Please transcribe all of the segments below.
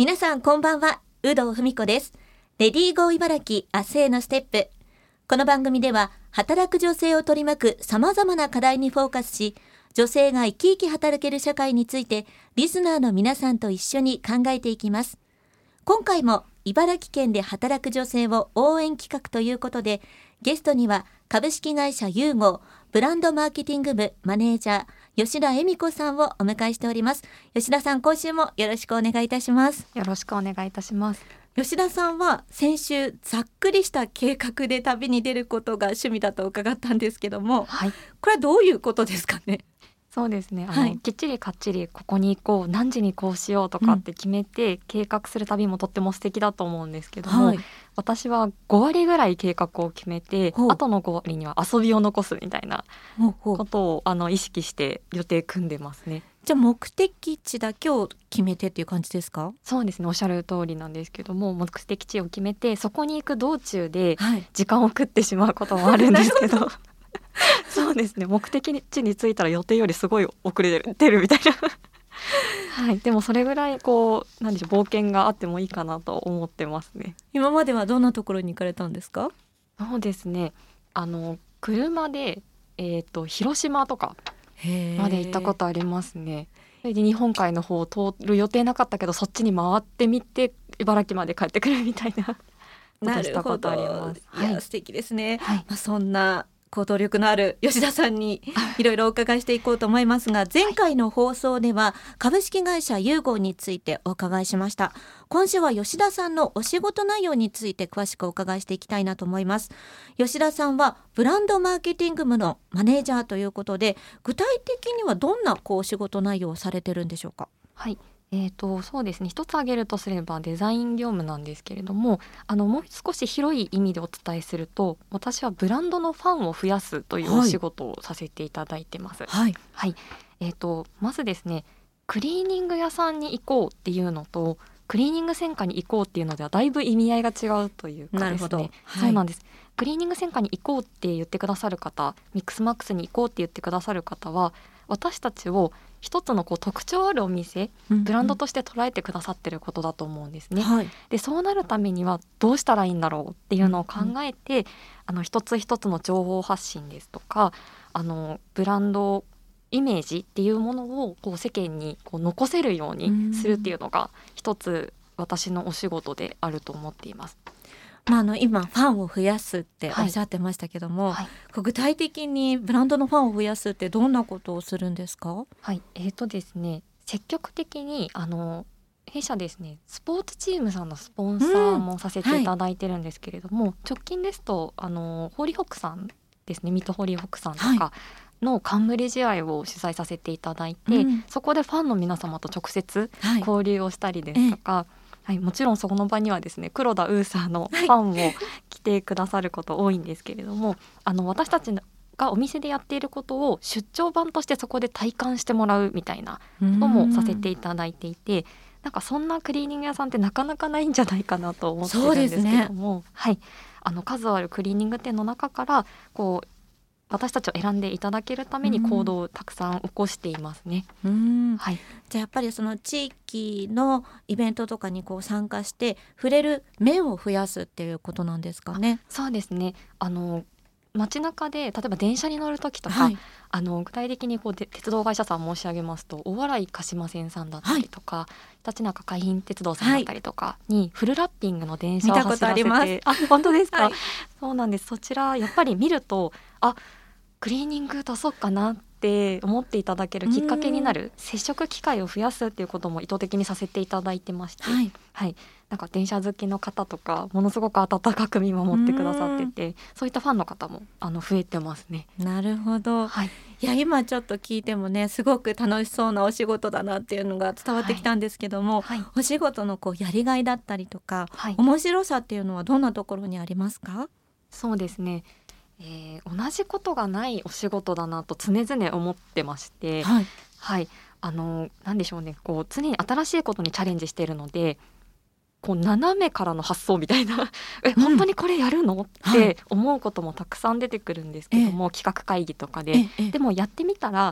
皆さんこんばんは、有働文子です。レディーゴー茨城、明日へのステップ。この番組では働く女性を取り巻く様々な課題にフォーカスし、女性が生き生き働ける社会についてリスナーの皆さんと一緒に考えていきます。今回も茨城県で働く女性を応援企画ということで、ゲストには株式会社ユーゴーブランドマーケティング部マネージャー吉田恵美子さんをお迎えしております。吉田さん、今週もよろしくお願いいたします。 よろしくお願いいたします。 吉田さんは先週ざっくりした計画で旅に出ることが趣味だと伺ったんですけども、 はい、 これはどういうことですかね。 そうですね、 はい、 きっちりかっちりここに行こう、何時にこうしようとかって決めて計画する旅もとっても素敵だと思うんですけども、はい、私は5割ぐらい計画を決めて、あとの5割には遊びを残すみたいなことを意識して予定組んでますね。 じゃあ目的地だけを決めてっていう感じですか。 そうですね、おっしゃる通りなんですけども、目的地を決めてそこに行く道中で時間を食ってしまうこともあるんですけど、そうですね、目的地に着いたら予定よりすごい遅れてるみたいなはい、でもそれぐらいなんでしょう、冒険があってもいいかなと思ってますね。 今まではどんなところに行かれたんですか。 そうですね、車で、広島とかまで行ったことありますね。それで日本海の方を通る予定なかったけど、そっちに回ってみて茨城まで帰ってくるみたいなことしたことあります。 いや、素敵ですね。 はい、 そんな行動力のある吉田さんにいろいろお伺いしていこうと思いますが、前回の放送では株式会社ユーゴーについてお伺いしました。今週は吉田さんのお仕事内容について詳しくお伺いしていきたいなと思います。吉田さんはブランドマーケティング部のマネージャーということで、具体的にはどんなお仕事内容をされてるんでしょうか。 はい、そうですね、一つ挙げるとすればデザイン業務なんですけれども、もう少し広い意味でお伝えすると、私はブランドのファンを増やすというお仕事をさせていただいてます。 はいはい、まずですね、クリーニング屋さんに行こうっていうのとクリーニング専科に行こうっていうのではだいぶ意味合いが違うというかですね。 なるほど、はい、 そうなんです。クリーニング専科に行こうって言ってくださる方、ミックスマックスに行こうって言ってくださる方は、私たちを一つの特徴あるお店、ブランドとして捉えてくださってることだと思うんですね。はい、でそうなるためにはどうしたらいいんだろうっていうのを考えて、一つ一つの情報発信ですとか、ブランドイメージっていうものを世間に残せるようにするっていうのが一つ私のお仕事であると思っています。 今ファンを増やすっておっしゃってましたけども、はい、具体的にブランドのファンを増やすってどんなことをするんですか。 はい、ですね、積極的に弊社ですね、スポーツチームさんのスポンサーもさせていただいてるんですけれども、はい、直近ですとホーリーホックさんですね、水戸ホーリーホックさんとかの冠試合を主催させていただいて、そこでファンの皆様と直接交流をしたりですとか、はい、もちろんその場にはですね、黒田ウーサーのファンも来てくださること多いんですけれども、私たちがお店でやっていることを出張版としてそこで体感してもらうみたいなこともさせていただいていて、なんかそんなクリーニング屋さんってなかなかないんじゃないかなと思ってるんですけども、はい、数あるクリーニング店の中から私たちを選んでいただけるために行動をたくさん起こしていますね。はい、 じゃあやっぱりその地域のイベントとかに参加して触れる面を増やすっていうことなんですかね。 そうですね、街中で例えば電車に乗る時とか、はい、具体的に鉄道会社さん申し上げますと、大洗鹿島線さんだったりとか、ひたちなか海浜鉄道さんだったりとかにフルラッピングの電車を走らせて、 見たことあります。 本当ですか。 はい、 そうなんです。そちらやっぱり見ると、クリーニング出そうかなって思っていただけるきっかけになる接触機会を増やすっていうことも意図的にさせていただいてまして、はいはい、なんか電車好きの方とかものすごく温かく見守ってくださってて、そういったファンの方も増えてますね。 なるほど、 はい、 いや今ちょっと聞いてもね、すごく楽しそうなお仕事だなっていうのが伝わってきたんですけども、はいはい、お仕事のやりがいだったりとか、はい、面白さっていうのはどんなところにありますか。 そうですね、同じことがないお仕事だなと常々思ってまして、はいはい、なんでしょうね、常に新しいことにチャレンジしているので、斜めからの発想みたいな本当にこれやるの、って思うこともたくさん出てくるんですけども、企画会議とかで、でもやってみたら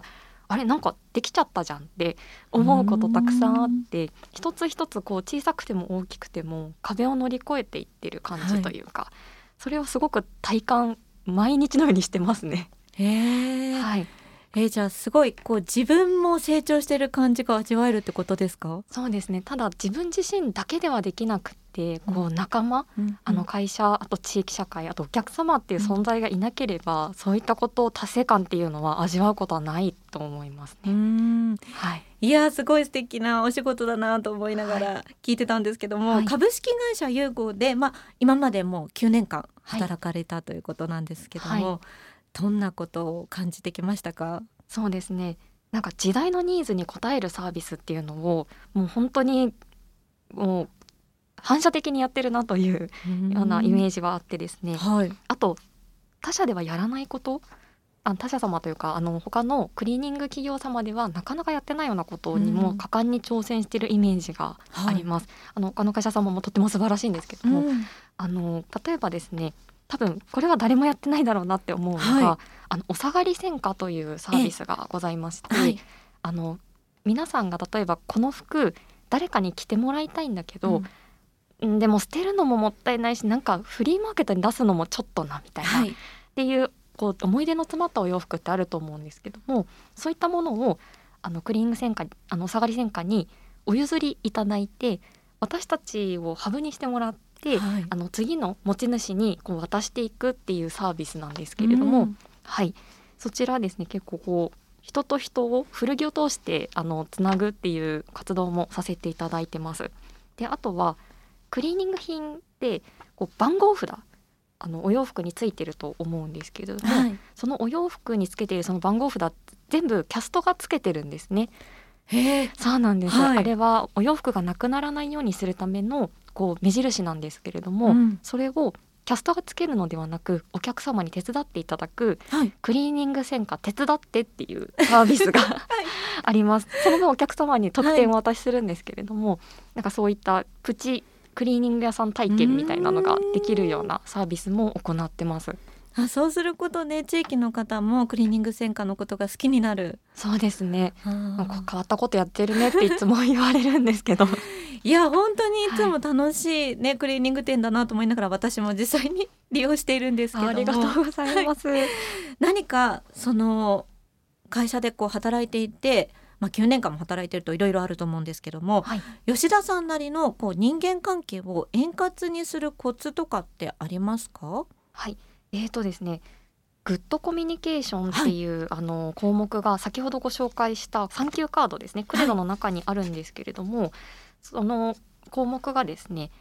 あれなんかできちゃったじゃんって思うことたくさんあって、一つ一つこう小さくても大きくても壁を乗り越えていってる感じというか、それをすごく体感毎日のようにしてますね。はい。 じゃあすごいこう自分も成長してる感じが味わえるってことですか？ そうですね。ただ自分自身だけではできなくて、こう仲間、会社、あと地域社会、あとお客様っていう存在がいなければ、そういったことを達成感っていうのは味わうことはないと思いますね。 いやすごい素敵なお仕事だなと思いながら聞いてたんですけども、株式会社ユーゴで、今までもう9年間働かれたということなんですけども、どんなことを感じてきましたか？ そうですね。なんか時代のニーズに応えるサービスっていうのをもう本当にもう反射的にやってるなというようなイメージはあってですね、あと他社ではやらないこと、他社様というか他のクリーニング企業様ではなかなかやってないようなことにも果敢に挑戦しているイメージがあります。他の会社様もとっても素晴らしいんですけども、例えばですね、多分これは誰もやってないだろうなって思うのが、お下がり専科というサービスがございまして、皆さんが例えばこの服誰かに着てもらいたいんだけど、でも捨てるのももったいないし、なんかフリーマーケットに出すのもちょっとなみたいな、っていうこう思い出の詰まったお洋服ってあると思うんですけども、そういったものをクリーニング専科お下がり専科にお譲りいただいて、私たちをハブにしてもらって、次の持ち主にこう渡していくっていうサービスなんですけれども、そちらですね、結構こう人と人を古着を通してつなぐっていう活動もさせていただいてます。であとはクリーニング品でこう番号札お洋服についてると思うんですけれども、そのお洋服につけているその番号札全部キャストがつけてるんですね。そうなんです、あれはお洋服がなくならないようにするためのこう目印なんですけれども、それをキャストがつけるのではなくお客様に手伝っていただく、クリーニング専科手伝ってっていうサービスがあります。その分お客様に特典をお渡しするんですけれども、なんかそういったプチクリーニング屋さん体験みたいなのができるようなサービスも行ってます。 そうすることで地域の方もクリーニング専科のことが好きになる。 そうですね。なんか変わったことやってるねっていつも言われるんですけどいや本当にいつも楽しい、クリーニング店だなと思いながら私も実際に利用しているんですけども。 ありがとうございます、 何かその会社でこう働いていて、9年間も働いているといろいろあると思うんですけども、吉田さんなりのこう人間関係を円滑にするコツとかってありますか？ ですね、グッドコミュニケーションっていう、項目が先ほどご紹介したサンキューカードですね、クレドの中にあるんですけれども、その項目がですね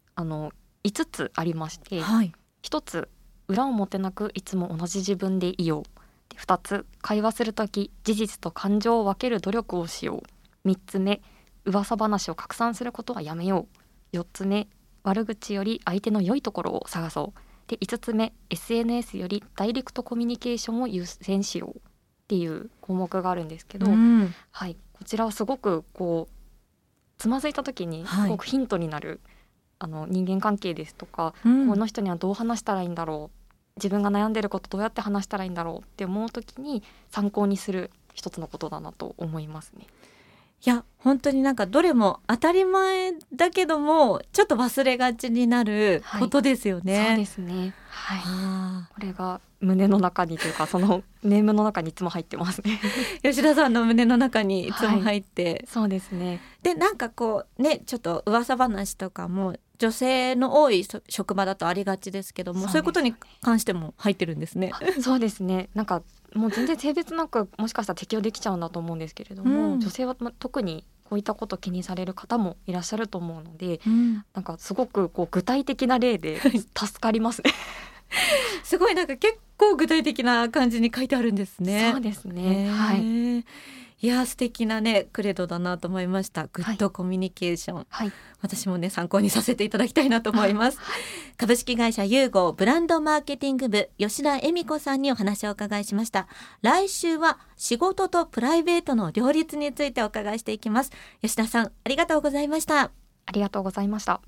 5つありまして、1つ裏表なくいつも同じ自分でいよう、2つ会話するとき事実と感情を分ける努力をしよう、3つ目噂話を拡散することはやめよう、4つ目悪口より相手の良いところを探そう、で5つ目 SNS よりダイレクトコミュニケーションを優先しようっていう項目があるんですけど、こちらはすごくこうつまずいた時にすごくヒントになる、人間関係ですとか、この人にはどう話したらいいんだろう、自分が悩んでることどうやって話したらいいんだろうって思う時に参考にする一つのことだなと思いますね。 いや本当になんかどれも当たり前だけどもちょっと忘れがちになることですよね。 そうですね、これが胸の中にというかそのネームの中にいつも入ってますね吉田さんの胸の中にいつも入って、 そうですね。 でなんかこうねちょっと噂話とかも女性の多い職場だとありがちですけども、そういうことに関しても入ってるんですね。 そうですね。なんかもう全然性別なんかもしかしたら適用できちゃうんだと思うんですけれども、女性は特にこういったこと気にされる方もいらっしゃると思うので、なんかすごくこう具体的な例で助かりますねすごいなんか結構具体的な感じに書いてあるんですね。 そうですね、 いや素敵なねクレドだなと思いました。グッドコミュニケーション、私もね参考にさせていただきたいなと思います株式会社ユーゴブランドマーケティング部吉田恵美子さんにお話をお伺いしました。来週は仕事とプライベートの両立についてお伺いしていきます。吉田さんありがとうございました。 ありがとうございました。